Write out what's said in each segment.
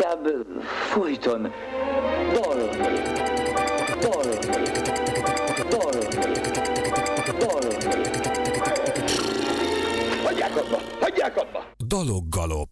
inkább folyton dalolni. Hagyják abba! Daloggalop.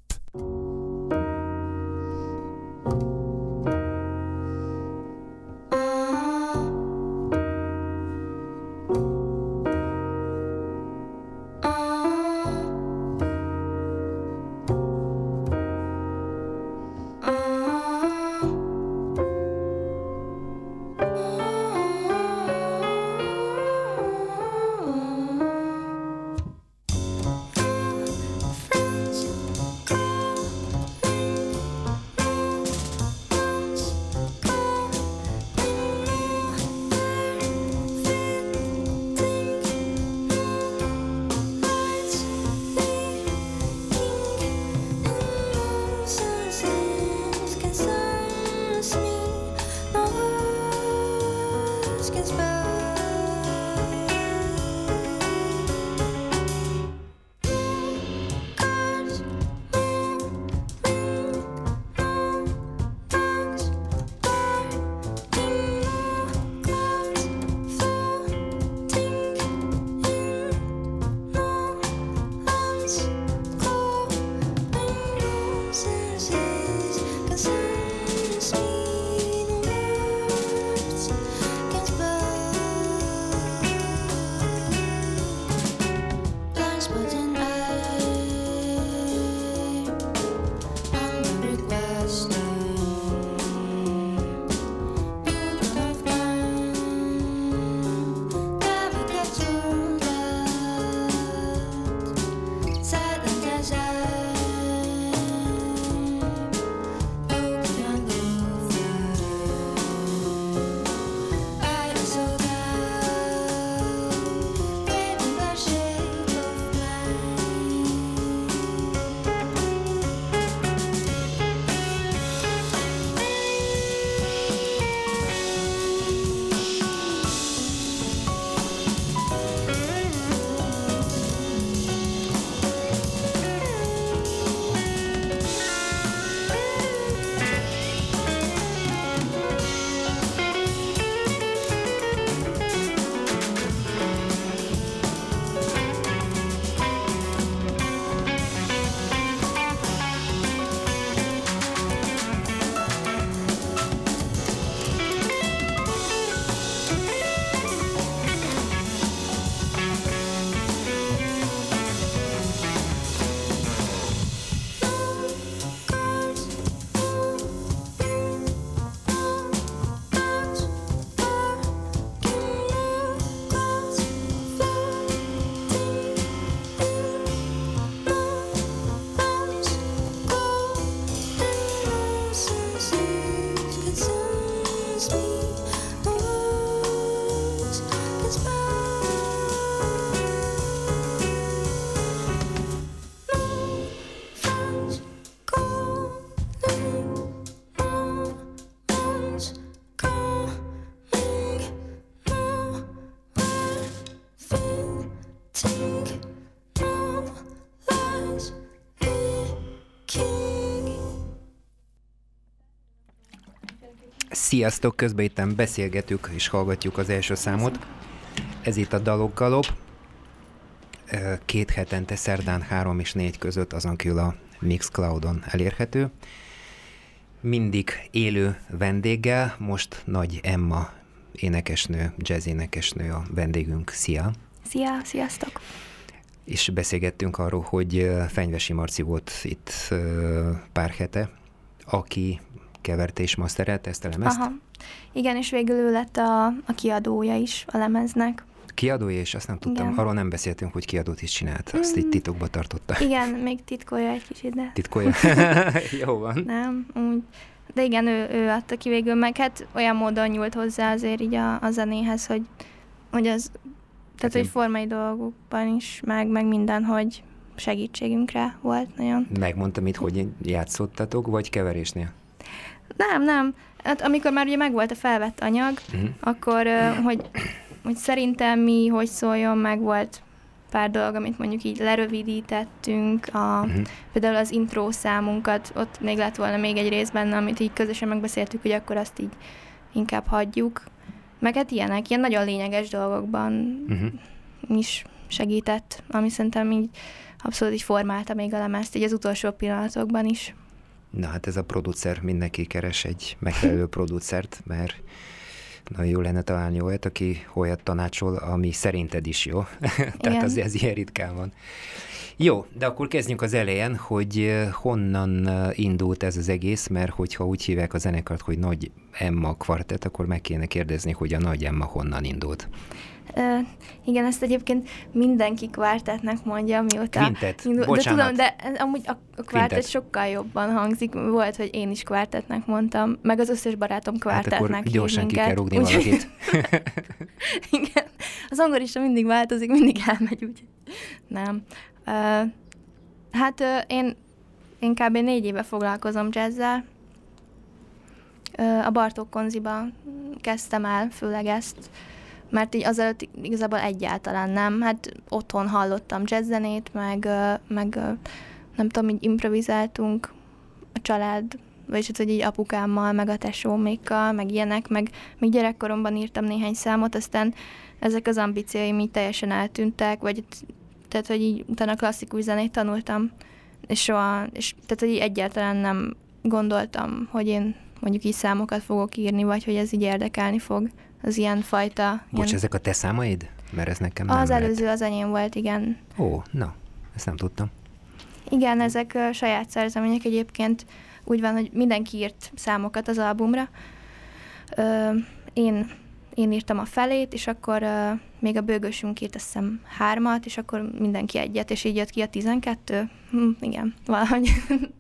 Sziasztok, közben itten beszélgetünk és hallgatjuk az első számot. Ez itt a Daloggalop. 2 hetente szerdán 3 és 4 között azon kívül a Mixcloudon elérhető. Mindig élő vendéggel, most Nagy Emma énekesnő, jazz énekesnő a vendégünk. Szia! Szia, sziasztok! És beszélgettünk arról, hogy Fenyvesi Marci volt itt pár hete, aki keverte és masterelte ezt a lemezt. Aha. Igen, és végül ő lett a kiadója is a lemeznek. Kiadója, és azt nem tudtam, igen. Arról nem beszéltünk, hogy kiadót is csinált, azt így titokba tartotta. Igen, még titkolja egy kicsit, de... Titkolja? Jó van. Nem, úgy. De igen, ő adta ki végül, meg hát olyan módon nyúlt hozzá azért így a zenéhez, hogy az, tehát hogy formai dolgokban is, meg minden, hogy segítségünkre volt nagyon. Megmondtam itt, hogy játszottatok, vagy keverésnél? Nem. Hát amikor már ugye megvolt a felvett anyag, akkor, hogy szerintem mi, hogy szóljon, meg volt pár dolog, amit mondjuk így lerövidítettünk, például az intro számunkat, ott még lett volna még egy rész benne, amit így közösen megbeszéltük, hogy akkor azt így inkább hagyjuk. Meg hát ilyen nagyon lényeges dolgokban is segített, ami szerintem így abszolút így formálta még a lemezt, így az utolsó pillanatokban is. Na hát ez a producer, mindenki keres egy megfelelő producert, mert nagyon jó lenne találni olyat, aki olyat tanácsol, ami szerinted is jó. Tehát azért ez ilyen ritkán van. Jó, de akkor kezdjünk az elején, hogy honnan indult ez az egész, mert hogyha úgy hívják a zenekart, hogy Nagy Emma Kvartett, akkor meg kéne kérdezni, hogy a Nagy Emma honnan indult. Igen, ezt egyébként mindenki kvartettnek mondja, mióta... Quintet, bocsánat. De tudom, de amúgy a kvartett sokkal jobban hangzik. Volt, hogy én is kvartettnek mondtam, meg az összes barátom kvartettnek hív minket. Hát akkor gyorsan ki kell rúgni valakit. Igen, az angolista mindig változik, mindig elmegy, úgy. Nem. Én kb. 4 éve foglalkozom jazzel. A Bartók Konziba kezdtem el főleg ezt, mert így azelőtt igazából egyáltalán nem. Hát otthon hallottam jazzzenét, meg nem tudom, így improvizáltunk a család, vagyis hogy így apukámmal, meg a tesómékkal, meg ilyenek, meg még gyerekkoromban írtam néhány számot, aztán ezek az ambícióim így teljesen eltűntek, vagy tehát, hogy így utána klasszikus zenét tanultam, és tehát, hogy így egyáltalán nem gondoltam, hogy én mondjuk így számokat fogok írni, vagy hogy ez így érdekelni fog. Az ilyen fajta... Bocs, ezek a te számaid? Mert ez nekem nem az előző az enyém volt, igen. Ó, na, ezt nem tudtam. Igen, ezek saját szerzemények egyébként. Úgy van, hogy mindenki írt számokat az albumra. Én írtam a felét, és akkor még a bőgösünk írt, azt hiszem 3-at, és akkor mindenki egyet, és így jött ki a 12. Igen, valahogy.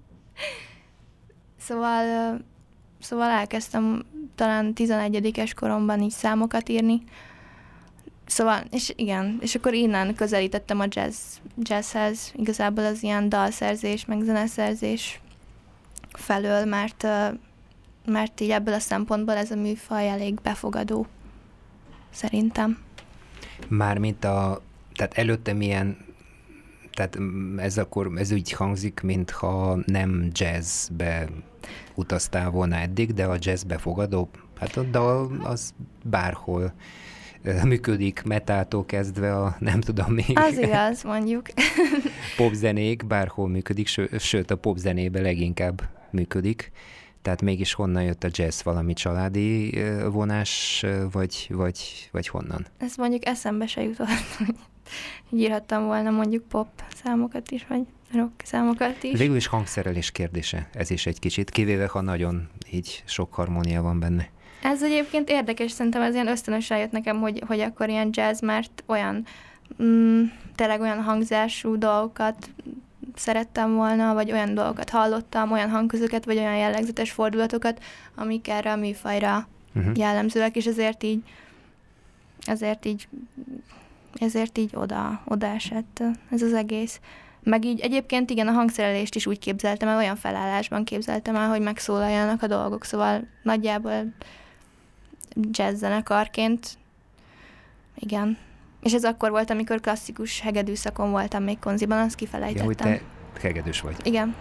Szóval elkezdtem talán 11-es koromban így számokat írni. Szóval, és igen, és akkor innen közelítettem a jazzhez, igazából az ilyen dalszerzés, meg zeneszerzés felől, mert így ebből a szempontból ez a műfaj elég befogadó, szerintem. Mármint tehát előtte milyen, tehát ez úgy hangzik, mintha nem jazzbe utaztál volna eddig, de a jazz befogadó, hát a dal az bárhol működik, metától kezdve a nem tudom még. Az igaz, mondjuk. Popzenék bárhol működik, sőt a popzenében leginkább működik. Tehát mégis honnan jött a jazz, valami családi vonás, vagy honnan? Ez mondjuk eszembe se jutott, hogy írhattam volna mondjuk pop számokat is, vagy rock számokat is. Végül is hangszerelés kérdése, ez is egy kicsit, kivéve, ha nagyon így sok harmónia van benne. Ez egyébként érdekes, szerintem ez ilyen ösztönösen jött nekem, hogy akkor ilyen jazz, mert olyan, tényleg olyan hangzású dolgokat szerettem volna, vagy olyan dolgokat hallottam, olyan hangközöket, vagy olyan jellegzetes fordulatokat, amik erre a műfajra jellemzőek, és ezért így oda esett ez az egész. Meg így egyébként igen, a hangszerelést is úgy képzeltem el, olyan felállásban képzeltem el, hogy megszólaljanak a dolgok, szóval nagyjából jazz zenekarként, igen. És ez akkor volt, amikor klasszikus hegedűszakon voltam még Konziban, azt kifelejtettem. Ja, hogy te hegedűs vagy. Igen.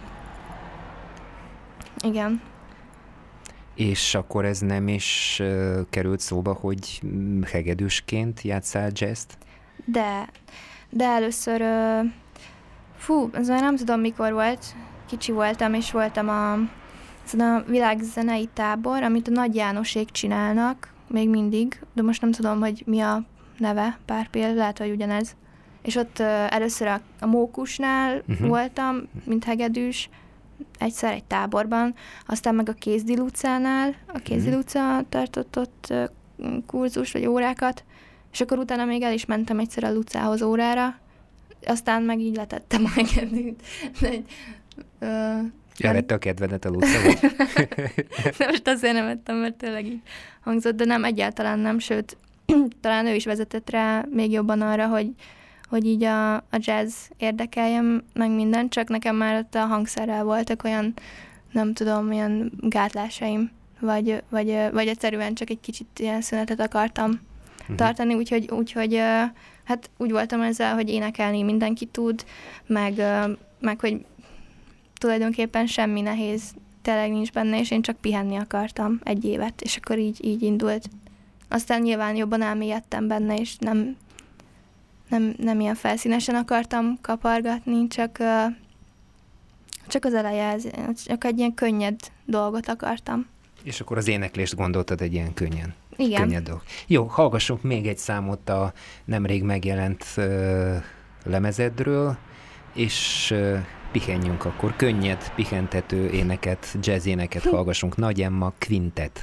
Igen. És akkor ez nem is került szóba, hogy hegedűsként játsszál jazzt? De először, ez már nem tudom mikor volt, kicsi voltam, és voltam a világzenei tábor, amit a Nagy Jánosék csinálnak, még mindig, de most nem tudom, hogy mi a neve, pár például, lehet, hogy ugyanez. És ott először a Mókusnál voltam, mint hegedűs, egyszer egy táborban, aztán meg a Kézdil utcánál, a Kézdil utca tartott ott kurzus vagy órákat, és akkor utána még el is mentem egyszer a Lucához órára, aztán meg így letettem a hegedűt. Elvette a kedvedet a Luca, vagy? De most azért nem vettem, mert tényleg így hangzott, de nem, egyáltalán nem, sőt, talán ő is vezetett rá még jobban arra, hogy így a jazz érdekeljem meg minden, csak nekem már ott a hangszerrel voltak olyan, nem tudom, olyan gátlásaim, vagy egyszerűen csak egy kicsit ilyen szünetet akartam tartani, úgyhogy hát úgy voltam ezzel, hogy énekelni mindenki tud, meg hogy tulajdonképpen semmi nehéz tényleg nincs benne, és én csak pihenni akartam 1 évet, és akkor így indult. Aztán nyilván jobban elmélyedtem benne, és nem ilyen felszínesen akartam kapargatni, csak az eleje, csak egy ilyen könnyed dolgot akartam. És akkor az éneklést gondoltad egy ilyen könnyed dolog. Jó, hallgassunk még egy számot a nemrég megjelent lemezedről, és pihenjünk akkor. Könnyed, pihentető éneket, jazz éneket hallgassunk. Nagy Emma Quintet.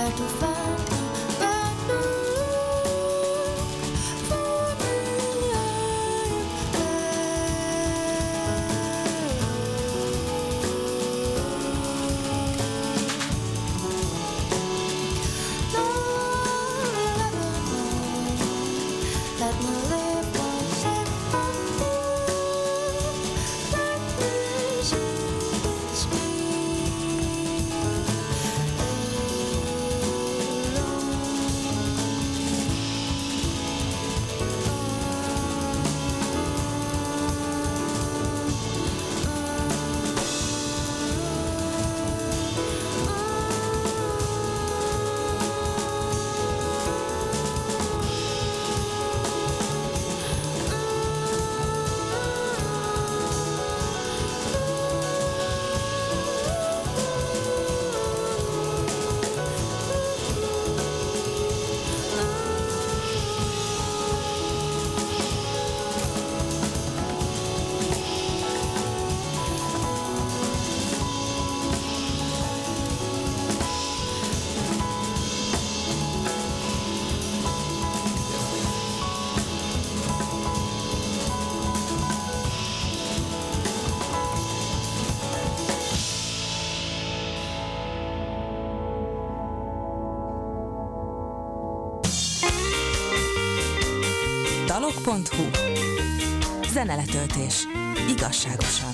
Dalok.hu. Zeneletöltés. Igazságosan.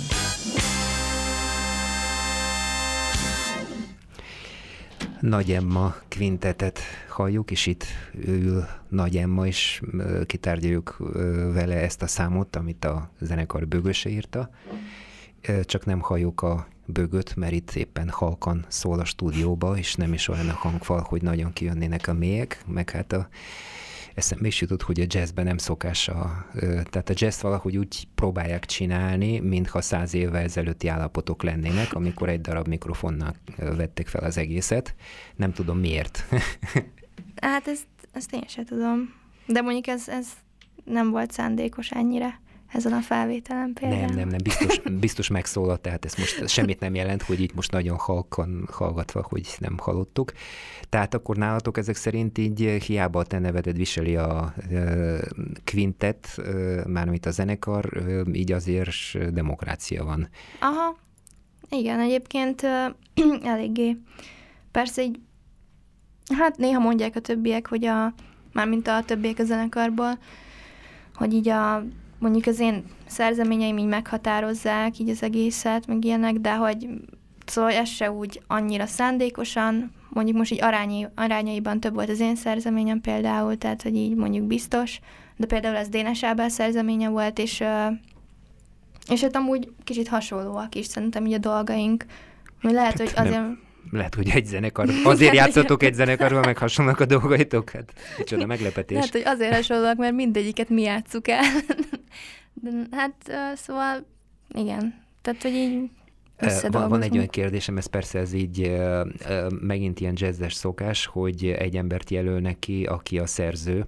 Nagy Emma kvintetet halljuk, és itt ül Nagy Emma, és kitárgyaljuk vele ezt a számot, amit a zenekar Bögöse írta. Csak nem halljuk a Bögöt, mert itt éppen halkan szól a stúdióba, és nem is olyan a hangfal, hogy nagyon kijönnének a mélyek, meg hát eszembe is jutott, hogy a jazzben nem szokás tehát a jazz valahogy úgy próbálják csinálni, mintha 100 évvel ezelőtti állapotok lennének, amikor egy darab mikrofonnal vették fel az egészet. Nem tudom miért. Hát ezt én sem tudom. De mondjuk ez nem volt szándékos ennyire ezen a felvételen például. Nem, biztos megszólalt, tehát ez most semmit nem jelent, hogy itt most nagyon halkan hallgatva, hogy nem hallottuk. Tehát akkor nálatok ezek szerint így hiába a te nevedet viseli a kvintet, mármint a zenekar, így azért demokrácia van. Aha, igen, egyébként eléggé. Persze így, hát néha mondják a többiek, hogy mármint a többiek a zenekarból, hogy így mondjuk az én szerzeményeim így meghatározzák így az egészet, meg ilyenek, de hogy szóval ez se úgy annyira szándékosan, mondjuk most így arányaiban több volt az én szerzeményem például, tehát hogy így mondjuk biztos, de például ez Dénes Ábel szerzeménye volt, és hát amúgy kicsit hasonlóak is szerintem így a dolgaink, hogy lehet, hogy azért... Lehet, hogy egy zenekar, azért játszotok egy zenekarban, meg hasonlóak a dolgaitok? Hát micsoda meglepetés. Lehet, hogy azért hasonlóak, mert mindegyiket mi játsszuk el. De, hát szóval igen, tehát, hogy így összedolgozunk. Van egy olyan kérdésem, ez így megint ilyen jazzes szokás, hogy egy embert jelölnek ki, aki a szerző.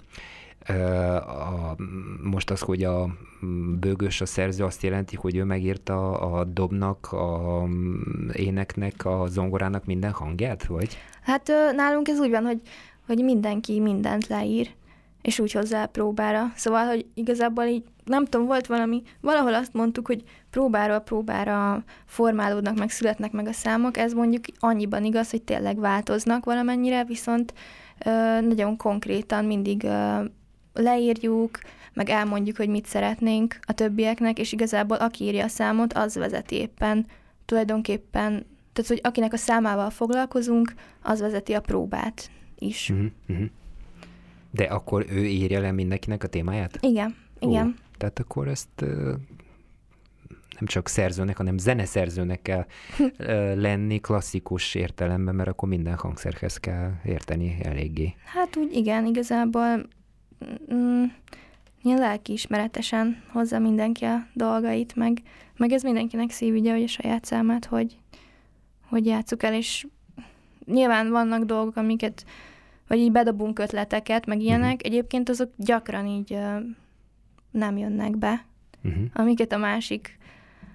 Most az, hogy a Bögös a szerző, azt jelenti, hogy ő megírta a dobnak, a éneknek, a zongorának minden hangját, vagy? Hát nálunk ez úgy van, hogy mindenki mindent leír, és úgy hozzá próbára. Szóval, hogy igazából így, nem tudom, volt valahol azt mondtuk, hogy próbáról próbára formálódnak, meg születnek meg a számok. Ez mondjuk annyiban igaz, hogy tényleg változnak valamennyire, viszont nagyon konkrétan mindig leírjuk, meg elmondjuk, hogy mit szeretnénk a többieknek, és igazából aki írja a számot, az vezeti éppen tulajdonképpen, tehát hogy akinek a számával foglalkozunk, az vezeti a próbát is. Uh-huh. De akkor ő írja le mindenkinek a témáját? Igen. Tehát akkor ezt nem csak szerzőnek, hanem zeneszerzőnek kell lenni klasszikus értelemben, mert akkor minden hangszerhez kell érteni eléggé. Hát úgy igen, igazából ilyen lelkiismeretesen hozza mindenki a dolgait, meg ez mindenkinek szívügye, hogy a saját számát, hogy játsszuk el, és nyilván vannak dolgok, amiket, vagy így bedobunk ötleteket, meg ilyenek, egyébként azok gyakran így nem jönnek be, amiket a másik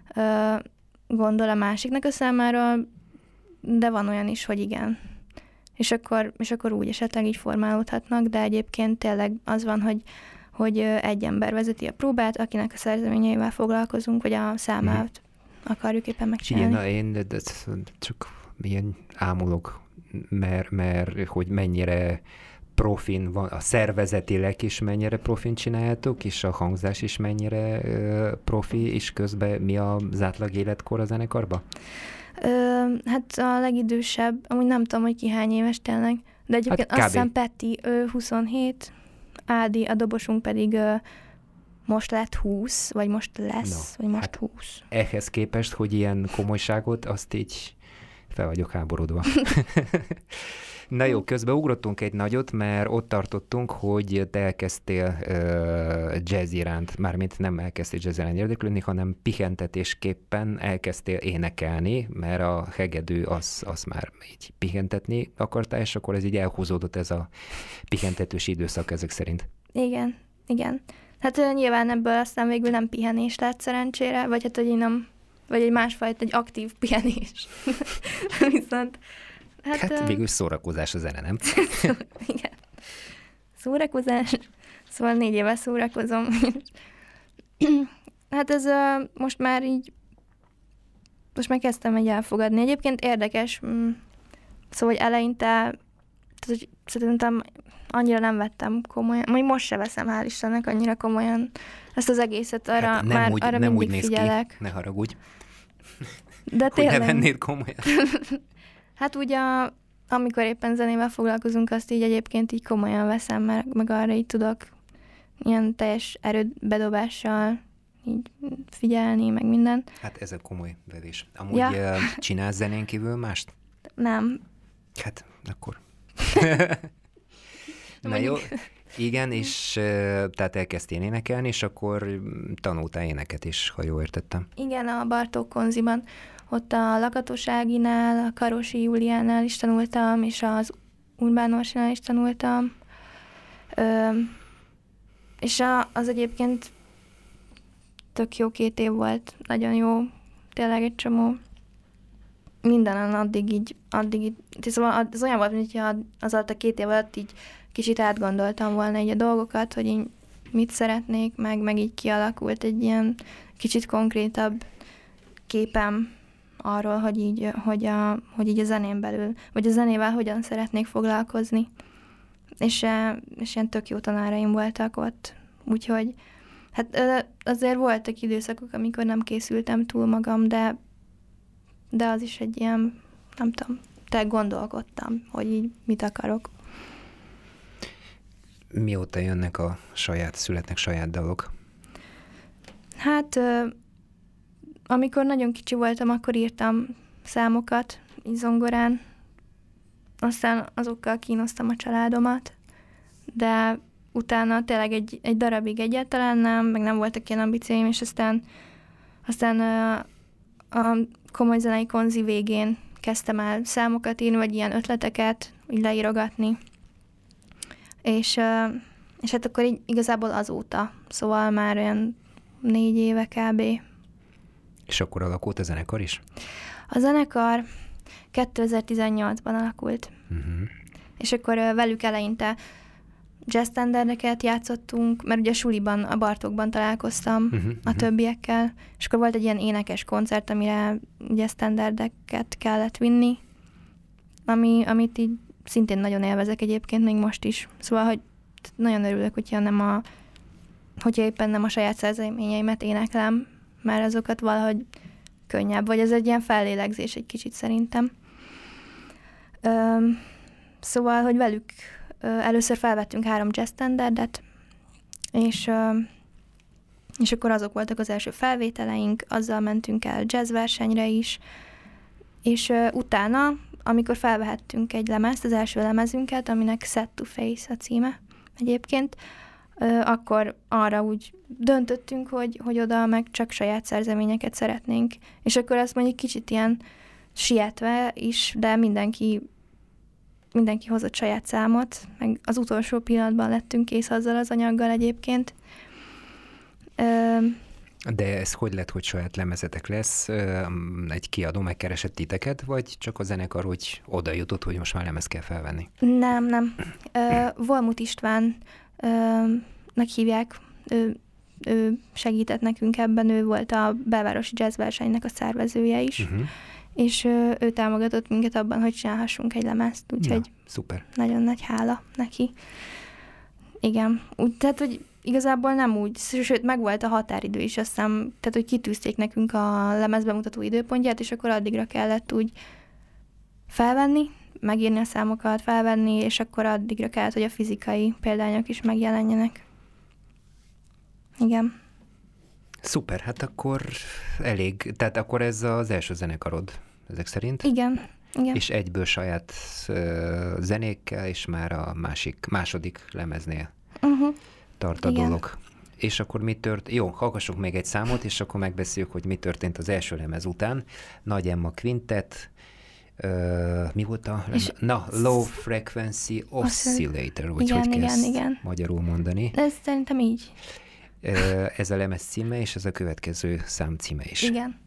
gondol a másiknak a számára, de van olyan is, hogy igen. és akkor úgy esetleg így formálódhatnak, de egyébként tényleg az van, hogy egy ember vezeti a próbát, akinek a szerzeményeivel foglalkozunk, vagy a számát akarjuk éppen megcsinálni. Igen, én csak ilyen ámulok, mert hogy mennyire profin van, a szervezetileg is mennyire profin csináljátok, és a hangzás is mennyire profi, és közben mi az átlag életkor a zenekarban? Hát a legidősebb, amúgy nem tudom, hogy ki hány éves tényleg, de egyébként azt hiszem Peti, 27, Ádi, a dobosunk pedig most lett 20, vagy most lesz, vagy most 20. Ehhez képest, hogy ilyen komolyságot, azt így fel vagyok háborodva. Na jó, közben ugrottunk egy nagyot, mert ott tartottunk, hogy te elkezdtél jazz iránt, mármint nem elkezdtél jazz iránt érdeklődni, hanem pihentetésképpen elkezdtél énekelni, mert a hegedű az már így pihentetni akartál, és akkor ez így elhúzódott ez a pihentetős időszak ezek szerint. Igen. Hát nyilván ebből aztán végül nem pihenés lett szerencsére, vagy hát, hogy én nem, vagy egy másfajta, egy aktív pihenés. Viszont Hát végül szórakozás a zene, nem? Igen. Szórakozás. Szóval 4 éve szórakozom. Hát ez most már kezdtem egy elfogadni. Egyébként érdekes, szóval hogy eleinte szerintem annyira nem vettem komolyan. Még most se veszem, hál' Istennek, annyira komolyan ezt az egészet. Arra hát arra nem mindig úgy néz figyelek. Ki, ne haragudj. De hogy ne vennéd komolyan. Hát ugye, amikor éppen zenével foglalkozunk, azt így egyébként így komolyan veszem, meg arra így tudok ilyen teljes erőbedobással így figyelni, meg minden. Hát ez a komoly vevés. Amúgy csinálsz zenén kívül mást? Nem. Hát, akkor. Na jó, igen, és tehát elkezdtél énekelni, és akkor tanultál éneket is, ha jól értettem. Igen, a Bartók Konziban. Ott a Lakatos Áginál, a Karosi Júliánál is tanultam, és az Urbán Orsinál is tanultam. És az egyébként tök jó 2 év volt, nagyon jó, tényleg egy csomó. Mindenen addig így, szóval az olyan volt, mintha az alatt a 2 év alatt így kicsit átgondoltam volna így a dolgokat, hogy én mit szeretnék, meg így kialakult egy ilyen kicsit konkrétabb képem arról, hogy így a zenén belül, vagy a zenével hogyan szeretnék foglalkozni. És ilyen tök jó tanáraim voltak ott. Úgyhogy hát azért voltak időszakok, amikor nem készültem túl magam, de az is egy ilyen, nem tudom, gondolkodtam, hogy így mit akarok. Mióta jönnek születnek saját dalok? Hát amikor nagyon kicsi voltam, akkor írtam számokat így zongorán, aztán azokkal kínoztam a családomat, de utána tényleg egy darabig egyáltalán nem, meg nem voltak ilyen ambícióim, és aztán a komoly zenei konzi végén kezdtem el számokat írni, vagy ilyen ötleteket így leírogatni. És hát akkor így igazából azóta, szóval már olyan 4 éve kb. És akkor alakult a zenekar is? A zenekar 2018-ban alakult. Uh-huh. És akkor velük eleinte jazz standardeket játszottunk, mert ugye suliban, a Bartókban találkoztam a többiekkel, és akkor volt egy ilyen énekes koncert, amire ugye standardeket kellett vinni, amit így szintén nagyon élvezek egyébként, még most is. Szóval, hogy nagyon örülök, hogyha éppen nem a saját szerzeményeimet éneklem, mert azokat valahogy könnyebb, vagy ez egy ilyen fellélegzés egy kicsit szerintem. Szóval, hogy velük először felvettünk 3 jazz standardet, és akkor azok voltak az első felvételeink, azzal mentünk el jazzversenyre is, és utána, amikor felvehettünk egy lemezt, az első lemezünket, aminek Set to Face a címe egyébként, akkor arra úgy döntöttünk, hogy oda meg csak saját szerzeményeket szeretnénk. És akkor azt mondjuk kicsit ilyen sietve is, de mindenki hozott saját számot, meg az utolsó pillanatban lettünk kész azzal az anyaggal egyébként. De ez hogy lett, hogy saját lemezetek lesz? Egy kiadó megkeresett titeket, vagy csak a zenekar úgy oda jutott, hogy most már lemez kell felvenni? Nem. Volmut Istvánnak hívják, ő segített nekünk ebben, ő volt a belvárosi jazzversenynek a szervezője is, és ő támogatott minket abban, hogy csinálhassunk egy lemezt, úgyhogy szuper. Nagyon nagy hála neki. Igen, tehát, hogy igazából nem úgy, sőt, megvolt a határidő is, aztán, tehát, hogy kitűzték nekünk a lemezbemutató időpontját, és akkor addigra kellett úgy felvenni, megírni a számokat, felvenni, és akkor addigra kellett, hogy a fizikai példányok is megjelenjenek. Igen. Szuper, hát akkor elég, tehát akkor ez az első zenekarod ezek szerint? Igen. És egyből saját zenékkel, és már a második lemeznél tart a dolog. És akkor mi történt? Jó, hallgassuk még egy számot, és akkor megbeszéljük, hogy mi történt az első lemez után. Nagy Emma Quintet, mi volt a Low Frequency Oscillator, vagy hogy kezd magyarul mondani. Ez szerintem így. Ez a lemez címe, és ez a következő szám címe is. Igen.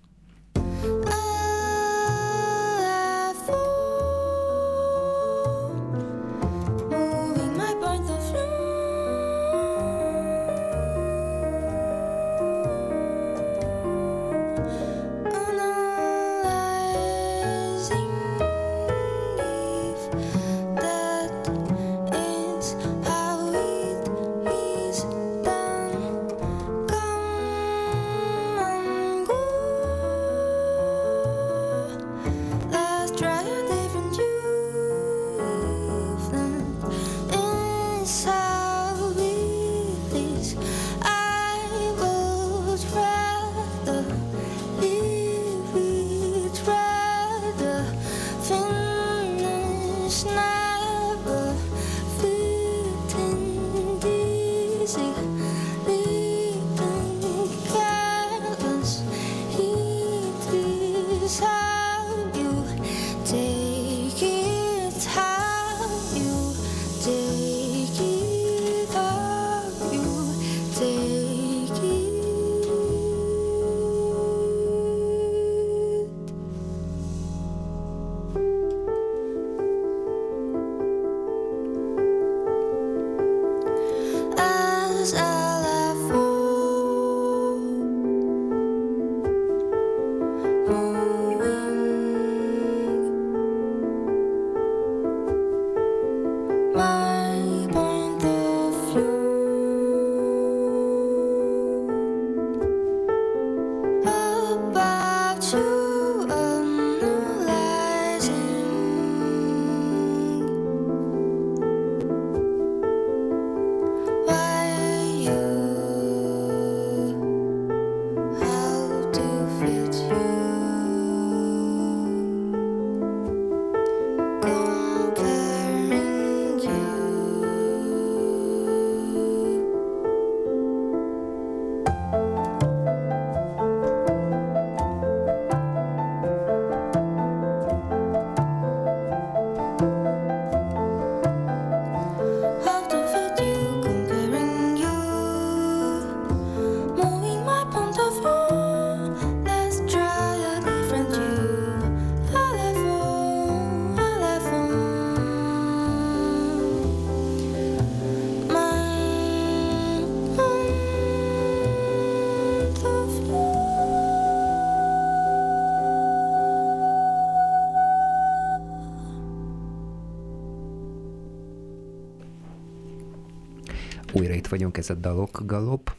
Újra itt vagyunk, ez a Dalok Galop.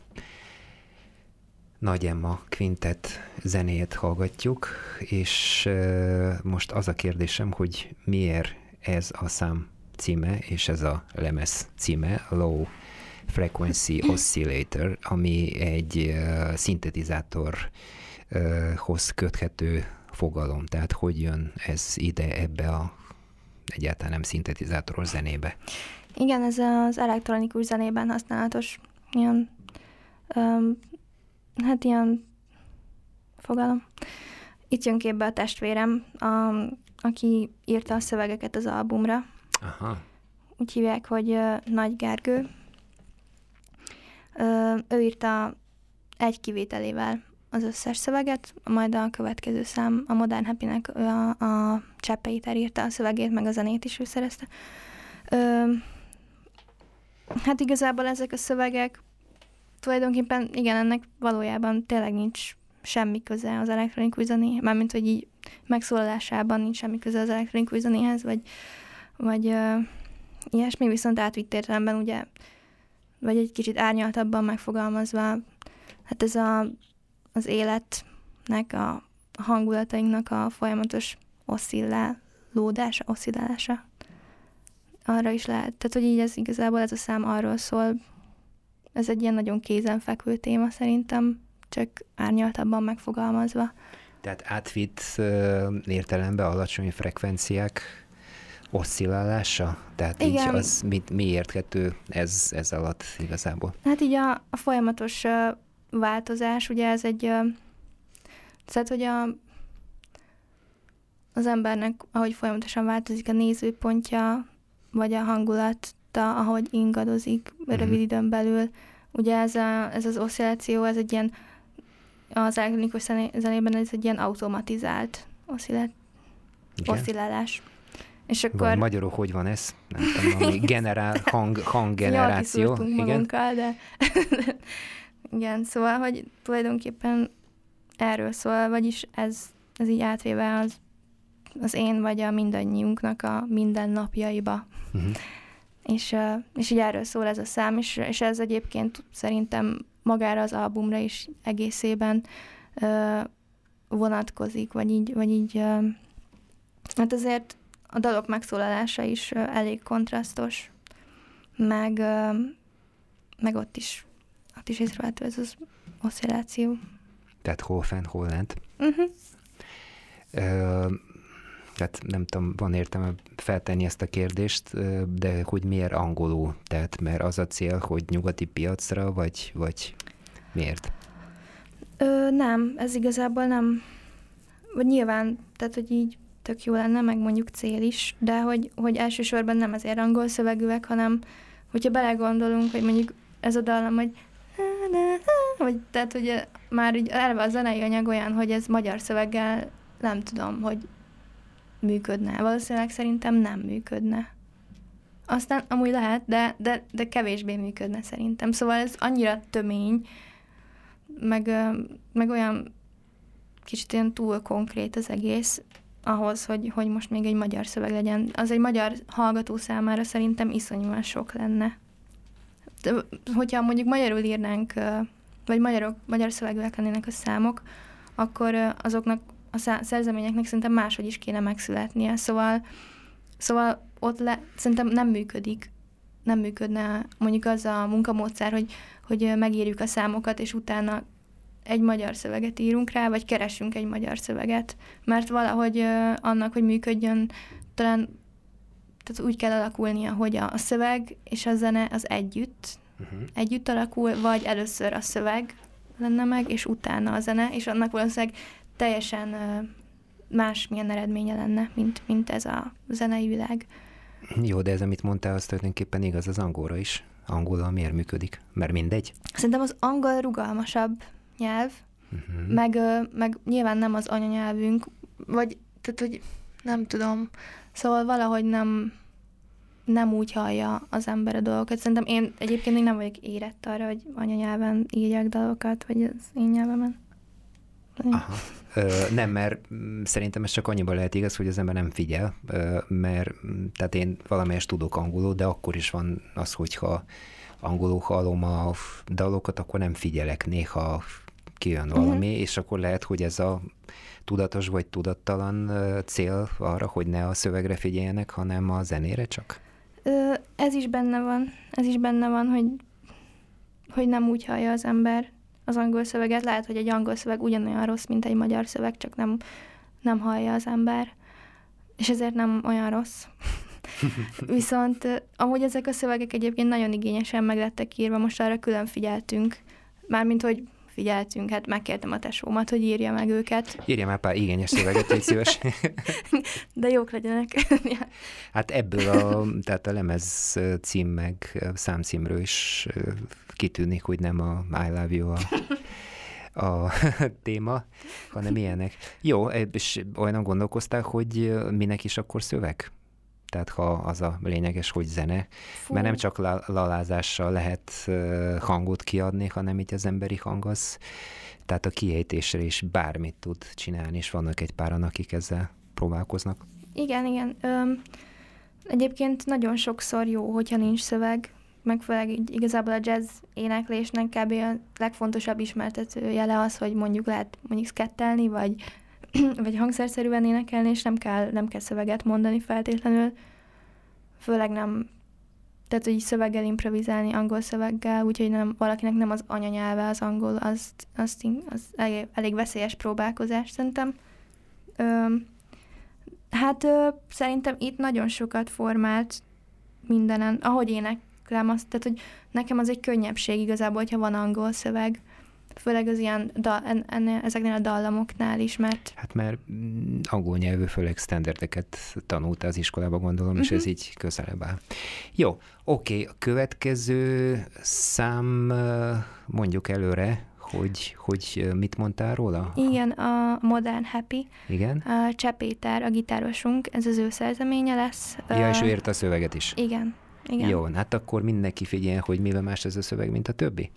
Nagy Emma Quintet zenéjét hallgatjuk, és most az a kérdésem, hogy miért ez a szám címe, és ez a lemez címe, Low Frequency Oscillator, ami egy szintetizátorhoz köthető fogalom. Tehát hogy jön ez ide ebbe a egyáltalán nem szintetizátoros zenébe? Igen, ez az elektronikus zenében használatos ilyen, ilyen fogalom. Itt jön képbe a testvérem, aki írta a szövegeket az albumra. Aha. Úgy hívják, hogy Nagy Gergő. Ő írta egy kivételével az összes szöveget, majd a következő szám, a Modern Happy-nek a Chad Pater írta a szövegét, meg a zenét is ő szerezte. Hát igazából ezek a szövegek tulajdonképpen, igen, ennek valójában tényleg nincs semmi köze az elektronikus zenéhez, mármint, hogy így megszólalásában nincs semmi köze az elektronikus zenéhez, vagy ilyesmi, viszont átvitt értelemben ugye, vagy egy kicsit árnyaltabban megfogalmazva, hát ez az életnek, a hangulatainknak a folyamatos oszcillálása. Arra is lehet. Tehát, hogy így ez igazából ez a szám arról szól, ez egy ilyen nagyon kézenfekvő téma szerintem, csak árnyaltabban megfogalmazva. Tehát átvitt értelemben alacsony frekvenciák oszcillálása? Tehát igen. Így az mi érthető ez alatt igazából? Hát így a folyamatos változás, ugye ez egy, tehát hogy az embernek, ahogy folyamatosan változik a nézőpontja, vagy a hangulata, ahogy ingadozik rövid időn belül, ugye ez az oszcilláció, ez egy ilyen, az elektronikus zenében ez egy ilyen automatizált oszcillálás. És akkor... Vagy magyarul hogy van ez? Nem tudom, ami hanggeneráció. Igen, magunkkal, de igen, szóval, hogy tulajdonképpen erről szól, vagyis ez így átvéve az én vagy a mindannyiunknak a mindennapjaiba. És így erről szól ez a szám, és ez egyébként szerintem magára az albumra is egészében vonatkozik, vagy így hát azért a dalok megszólalása is elég kontrasztos, meg ott is észrevehető ez az oszcilláció. Tehát hol fenn, hol lent. Tehát nem tudom, van értelme feltenni ezt a kérdést, de hogy miért angolul? Tehát mert az a cél, hogy nyugati piacra, vagy miért? Nem, ez igazából nem. Vagy nyilván, tehát hogy így tök jó lenne, meg mondjuk cél is, de hogy elsősorban nem azért angol szövegűek, hanem hogyha belegondolunk, hogy mondjuk ez a dallam, hogy vagy tehát, hogy már így eleve a zenei anyag olyan, hogy ez magyar szöveggel nem tudom, hogy működne. Valószínűleg szerintem nem működne. Aztán amúgy lehet, de kevésbé működne szerintem. Szóval ez annyira tömény, meg olyan kicsit ilyen túl konkrét az egész ahhoz, hogy most még egy magyar szöveg legyen. Az egy magyar hallgató számára szerintem iszonyúan sok lenne. De, hogyha mondjuk magyarul írnánk, vagy magyar szövegűek lennének a számok, akkor azoknak a szerzeményeknek szerintem máshogy is kéne megszületnie. Szóval ott szerintem nem működne mondjuk az a munkamódszer, hogy megírjuk a számokat, és utána egy magyar szöveget írunk rá, vagy keresünk egy magyar szöveget. Mert valahogy annak, hogy működjön, talán tehát úgy kell alakulnia, hogy a szöveg és a zene az együtt alakul, vagy először a szöveg lenne meg, és utána a zene, és annak valószínűleg teljesen másmilyen eredménye lenne, mint ez a zenei világ. Jó, de ez, amit mondtál, az tulajdonképpen igaz az angolra is. Angollal miért működik? Mert mindegy? Szerintem az angol rugalmasabb nyelv, meg nyilván nem az anyanyelvünk, vagy tehát, hogy nem tudom. Szóval valahogy nem úgy hallja az ember a dolgokat. Szerintem én egyébként még nem vagyok érett arra, hogy anyanyelven írjak dalokat, vagy az én nyelvemen. Aha. Nem, mert szerintem ez csak annyiban lehet igaz, hogy az ember nem figyel, mert tehát én valamelyest tudok angolul, de akkor is van az, hogyha angolul hallom a dalokat, akkor nem figyelek, néha kijön valami, és akkor lehet, hogy ez a tudatos vagy tudattalan cél arra, hogy ne a szövegre figyeljenek, hanem a zenére csak? Ez is benne van, hogy nem úgy hallja az ember az angol szöveget. Lehet, hogy egy angol szöveg ugyanolyan rossz, mint egy magyar szöveg, csak nem hallja az ember, és ezért nem olyan rossz. Viszont amúgy ezek a szövegek egyébként nagyon igényesen meg lettek írva, most arra külön figyeltünk. Mármint, hogy figyeltünk, hát megkértem a tesómat, hogy írja meg őket. Írja már pár igényes szöveget, légy szíves. De jók legyenek. Hát ebből tehát a lemez cím meg számcímről is kitűnik, hogy nem a I Love You a téma, hanem ilyenek. Jó, és olyan gondolkoztál, hogy minek is akkor szöveg? Tehát ha az a lényeges, hogy zene, mert nem csak lalázással lehet hangot kiadni, hanem így az emberi hang az, tehát a kiejtésre is bármit tud csinálni, és vannak egy páran, akik ezzel próbálkoznak. Igen. Egyébként nagyon sokszor jó, hogyha nincs szöveg, meg főleg igazából a jazz éneklésnek kb. A legfontosabb ismertető jele az, hogy mondjuk lehet szkettelni, vagy hangszerszerűen énekelni, és nem kell szöveget mondani feltétlenül. Főleg nem, tehát hogy szöveggel improvizálni, angol szöveggel, úgyhogy valakinek nem az anyanyelve az angol, az elég veszélyes próbálkozás szerintem. Szerintem itt nagyon sokat formált mindenen, ahogy éneklem, tehát hogy nekem az egy könnyebbség igazából, hogyha van angol szöveg, főleg az ilyen ezeknél a dallamoknál is, mert... Hát mert angol nyelvű, főleg standardeket tanulta az iskolába, gondolom, és ez így közelebb áll. Jó, oké, a következő szám mondjuk előre, hogy mit mondtál róla? Igen, a Modern Happy. Igen. A Cseh Péter, a gitárosunk, ez az ő szerzeménye lesz. Ja, és ő írta a szöveget is. Igen. Jó, hát akkor mindenki figyeljen, hogy mivel más ez a szöveg, mint a többi.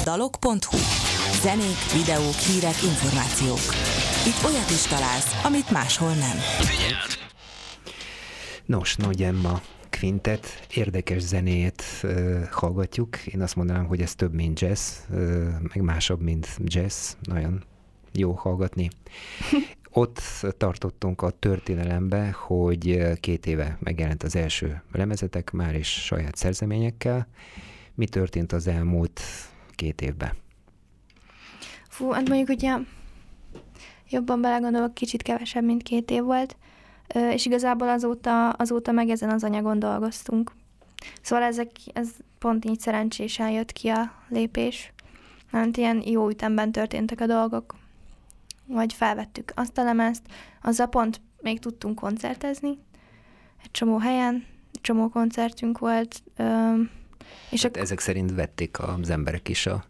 dalok.hu. Zenék, videók, hírek, információk. Itt olyat is találsz, amit máshol nem. Nos, Nagy Emma Quintet, érdekes zenéjét hallgatjuk. Én azt mondanám, hogy ez több, mint jazz, meg másabb, mint jazz. Nagyon jó hallgatni. Ott tartottunk a történelembe, hogy 2 éve megjelent az első lemezetek, már is saját szerzeményekkel. Mi történt az elmúlt 2 évben? Fú, hát mondjuk, hogyha jobban belegondolok, kicsit kevesebb, mint 2 év volt, és igazából azóta meg ezen az anyagon dolgoztunk. Szóval ez pont így szerencsésen jött ki a lépés. Hát ilyen jó ütemben történtek a dolgok. Vagy felvettük azt a lemezt, azzal pont még tudtunk koncertezni. Egy csomó helyen, csomó koncertünk volt. És hát ezek szerint vették az emberek is a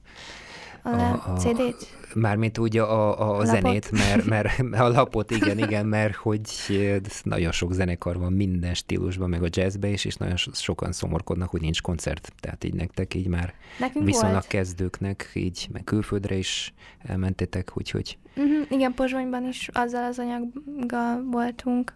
CD-t? Mármint úgy a zenét, mert a lapot, igen, mert hogy nagyon sok zenekar van minden stílusban, meg a jazzbe is, és nagyon sokan szomorkodnak, hogy nincs koncert. Tehát így nektek így már viszonylag kezdőknek, így meg külföldre is elmentetek, úgyhogy... Igen, Pozsonyban is azzal az anyaggal voltunk.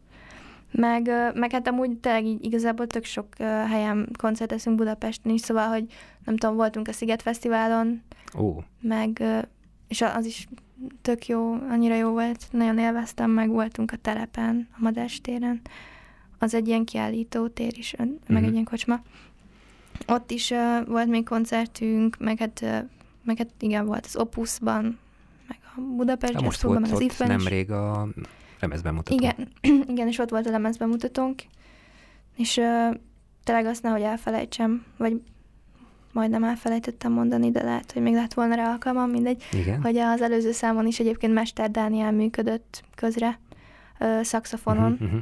Meg hát amúgy tényleg így igazából tök sok helyen koncertezünk Budapesten is, szóval, hogy nem tudom, voltunk a Sziget Fesztiválon, meg, és az is tök jó, annyira jó volt, nagyon élveztem, meg voltunk a Telepen, a Madás téren, az egy ilyen kiállító tér is, meg egy ilyen kocsma. Ott is volt még koncertünk, meg hát igen, volt az Opusban, meg a Budapest Jazz Clubban, meg az IF-ben is. Nemrég a lemezbemutató. Igen, és ott volt a lemezbemutatónk, és tényleg azt nehogy elfelejtsem, vagy majdnem elfelejtettem mondani, de lehet, hogy még lett volna rá alkalmam, mindegy, igen. Hogy az előző számon is egyébként Mester Dániel működött közre, szaxofonon.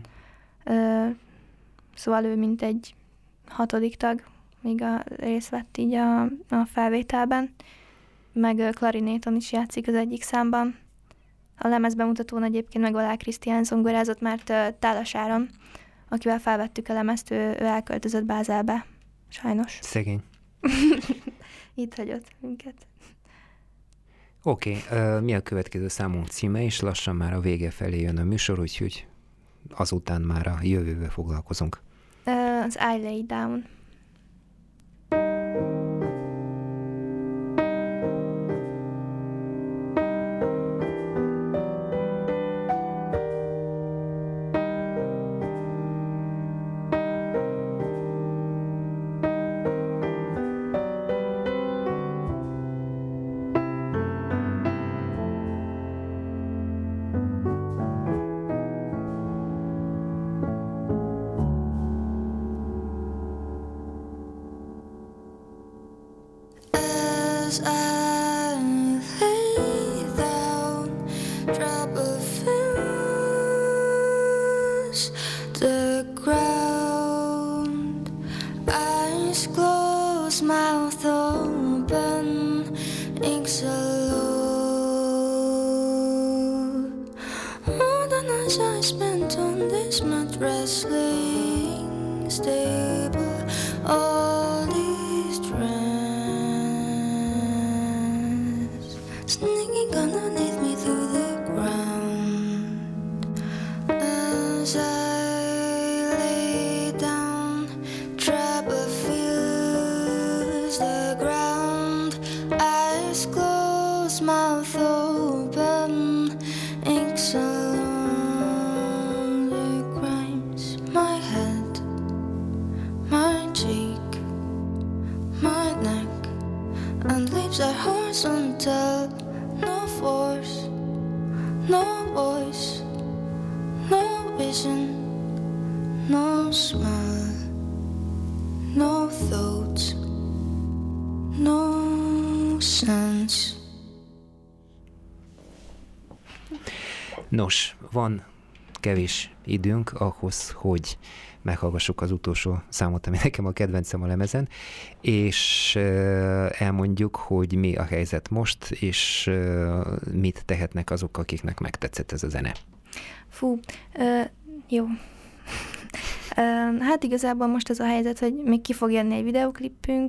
Szóval ő mint egy 6. tag, még részt vett így a felvételben, meg klarinéton is játszik az egyik számban. A lemezbemutatón egyébként meg Olá Krisztián zongorázott, mert Tálas Áron, akivel felvettük a lemezt, ő elköltözött Bázelbe. Sajnos. Szegény. Itt hagyott minket. Oké, mi a következő számunk címe, és lassan már a vége felé jön a műsor, úgyhogy azután már a jövővel foglalkozunk. Az I Lay Down. Nos, van kevés időnk ahhoz, hogy meghallgassuk az utolsó számot, ami nekem a kedvencem a lemezen, és elmondjuk, hogy mi a helyzet most, és mit tehetnek azok, akiknek megtetszett ez a zene. Jó. Hát igazából most az a helyzet, hogy még ki fog jönni egy videóklipünk,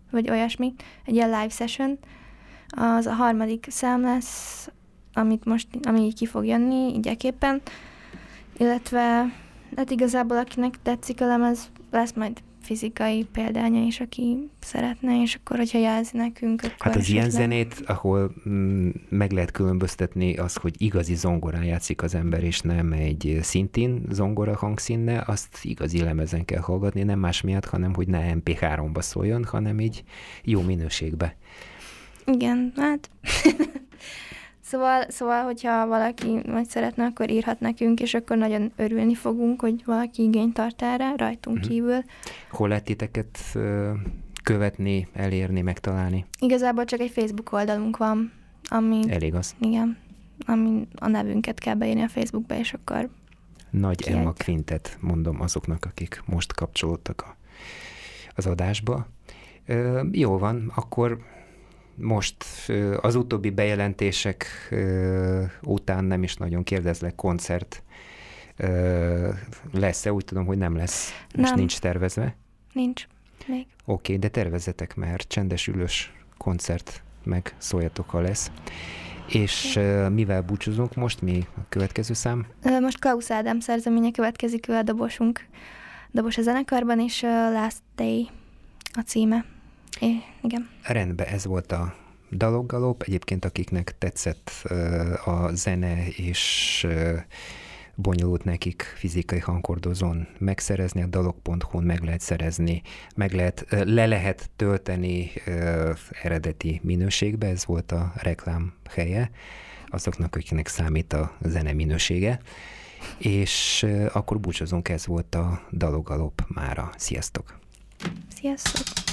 vagy olyasmi, egy ilyen live session. Az a 3. szám lesz, ami így ki fog jönni, igyeképpen. Illetve hát igazából akinek tetszik a lemez, lesz majd fizikai példánya is, aki szeretne, és akkor, hogyha jelzi nekünk, akkor hát az ilyen zenét, ahol meg lehet különböztetni az, hogy igazi zongorán játszik az ember, és nem egy szintén zongora hangszínnel, azt igazi lemezen kell hallgatni, nem más miatt, hanem hogy ne MP3-ba szóljon, hanem így jó minőségbe. Igen, hát... Szóval, hogyha valaki majd szeretne, akkor írhat nekünk, és akkor nagyon örülni fogunk, hogy valaki igényt tart erre, rajtunk kívül. Hol lehet titeket követni, elérni, megtalálni? Igazából csak egy Facebook oldalunk van, ami... Elég az. Igen, ami a nevünket kell beírni a Facebookba, és akkor... Nagy Emma Quintet mondom azoknak, akik most kapcsolódtak az adásba. Jó van, akkor... Most az utóbbi bejelentések után nem is nagyon kérdezlek, koncert lesz-e? Úgy tudom, hogy nem lesz. Most nem. Nincs tervezve? Nincs még. Oké, de tervezzetek, mert csendes ülős koncert meg szóljatok, ha lesz. És mivel búcsúzunk most? Mi a következő szám? Most Klaus Ádám szerzeménye következik, ő a dobos a zenekarban, és Last Day a címe. Igen. Rendben, ez volt a Dalokgalop. Egyébként akiknek tetszett a zene, és bonyolult nekik fizikai hangkordozón megszerezni, a dalok.hu-n meg lehet szerezni, le lehet tölteni eredeti minőségbe, ez volt a reklám helye, azoknak, akiknek számít a zene minősége. És akkor búcsúzunk, ez volt a Dalokgalop mára. Sziasztok! Sziasztok!